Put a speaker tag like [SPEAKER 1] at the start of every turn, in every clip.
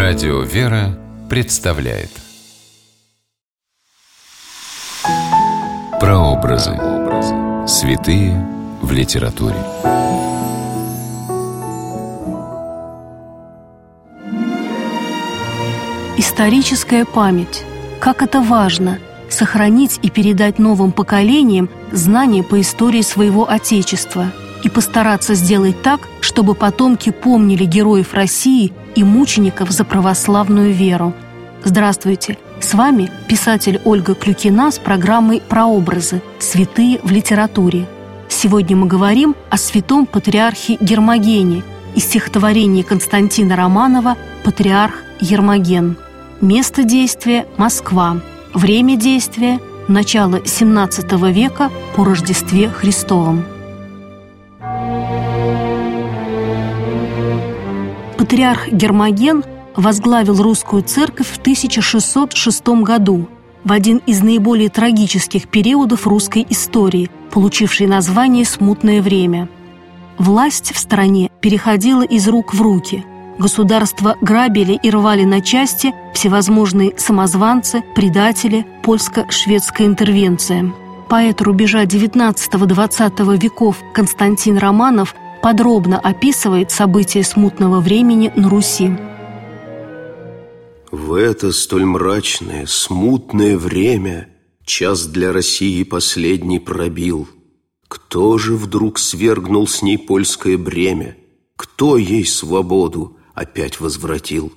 [SPEAKER 1] Радио «Вера» представляет Прообразы. Святые в литературе.
[SPEAKER 2] Историческая память. Как это важно – сохранить и передать новым поколениям знания по истории своего Отечества и постараться сделать так, чтобы потомки помнили героев России и мучеников за православную веру. Здравствуйте! С вами писатель Ольга Клюкина с программой «Прообразы. Святые в литературе». Сегодня мы говорим о святом патриархе Гермогене из стихотворения Константина Романова «Патриарх Гермоген». Место действия – Москва. Время действия – начало XVII века по Рождестве Христовом. Патриарх Гермоген возглавил русскую церковь в 1606 году, в один из наиболее трагических периодов русской истории, получившей название «Смутное время». Власть в стране переходила из рук в руки. Государство грабили и рвали на части всевозможные самозванцы, предатели, польско-шведская интервенция. Поэт рубежа XIX-XX веков Константин Романов подробно описывает события смутного времени на Руси.
[SPEAKER 3] В это столь мрачное, смутное время час для России последний пробил. Кто же вдруг свергнул с ней польское бремя? Кто ей свободу опять возвратил?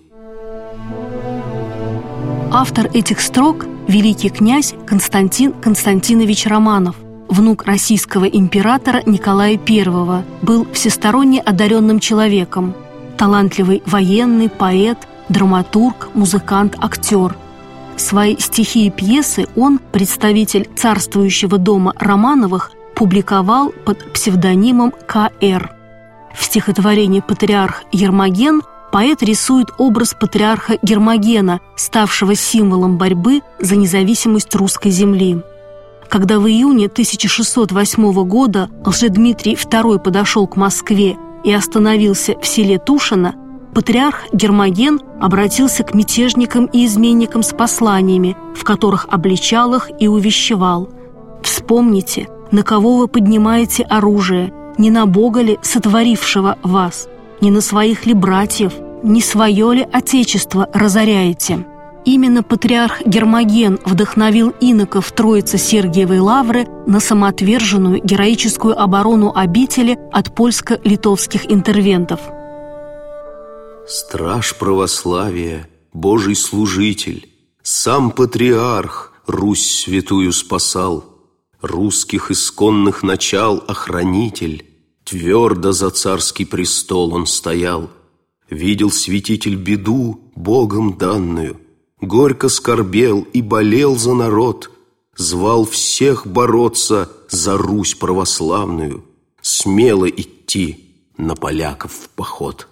[SPEAKER 2] Автор этих строк – великий князь Константин Константинович Романов, внук российского императора Николая I, был всесторонне одаренным человеком, талантливый военный, поэт, драматург, музыкант, актер. Свои стихи и пьесы он, представитель царствующего дома Романовых, публиковал под псевдонимом К.Р. В стихотворении «Патриарх Гермоген» поэт рисует образ патриарха Гермогена, ставшего символом борьбы за независимость русской земли. Когда в июне 1608 года Лжедмитрий II подошел к Москве и остановился в селе Тушино, патриарх Гермоген обратился к мятежникам и изменникам с посланиями, в которых обличал их и увещевал: «Вспомните, на кого вы поднимаете оружие, не на Бога ли, сотворившего вас, не на своих ли братьев, не свое ли отечество разоряете». Именно патриарх Гермоген вдохновил иноков Троице-Сергиевой лавры на самоотверженную героическую оборону обители от польско-литовских интервентов.
[SPEAKER 3] Страж православия, Божий служитель, сам патриарх Русь святую спасал, русских исконных начал охранитель, твердо за царский престол он стоял. Видел святитель беду, Богом данную, горько скорбел и болел за народ, звал всех бороться за Русь православную, смело идти на поляков в поход.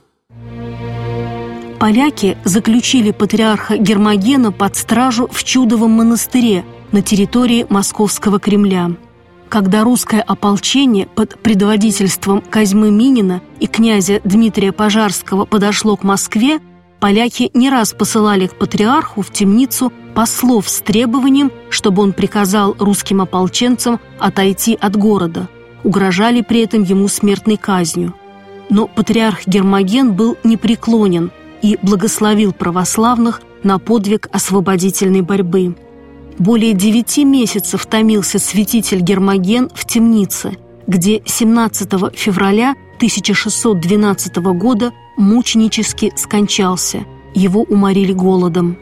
[SPEAKER 2] Поляки заключили патриарха Гермогена под стражу в Чудовом монастыре на территории Московского Кремля. Когда русское ополчение под предводительством Козьмы Минина и князя Дмитрия Пожарского подошло к Москве, поляки не раз посылали к патриарху в темницу послов с требованием, чтобы он приказал русским ополченцам отойти от города. Угрожали при этом ему смертной казнью. Но патриарх Гермоген был непреклонен и благословил православных на подвиг освободительной борьбы. Более 9 месяцев томился святитель Гермоген в темнице, где 17 февраля 1612 года мученически скончался. Его уморили голодом.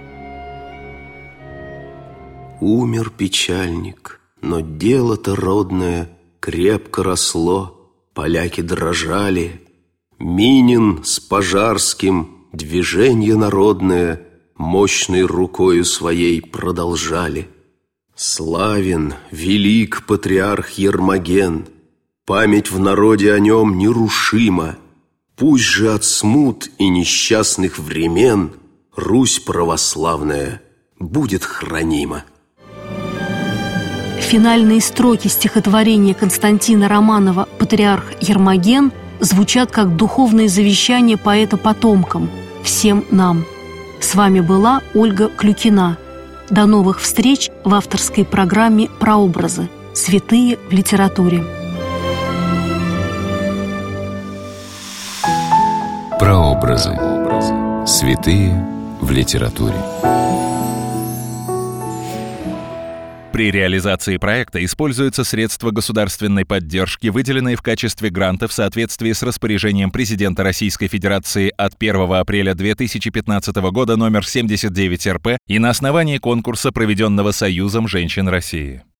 [SPEAKER 3] Умер печальник, но дело-то родное крепко росло, поляки дрожали. Минин с Пожарским движение народное мощной рукою своей продолжали. Славен, велик патриарх Гермоген, память в народе о нем нерушима. Пусть же от смут и несчастных времен Русь православная будет хранима.
[SPEAKER 2] Финальные строки стихотворения Константина Романова «Патриарх Гермоген» звучат как духовное завещание поэта потомкам, всем нам – С вами была Ольга Клюкина. До новых встреч в авторской программе «Прообразы. Святые в литературе».
[SPEAKER 1] Прообразы. Святые в литературе.
[SPEAKER 4] При реализации проекта используются средства государственной поддержки, выделенные в качестве гранта в соответствии с распоряжением президента Российской Федерации от 1 апреля 2015 года номер 79 РП и на основании конкурса, проведенного Союзом женщин России.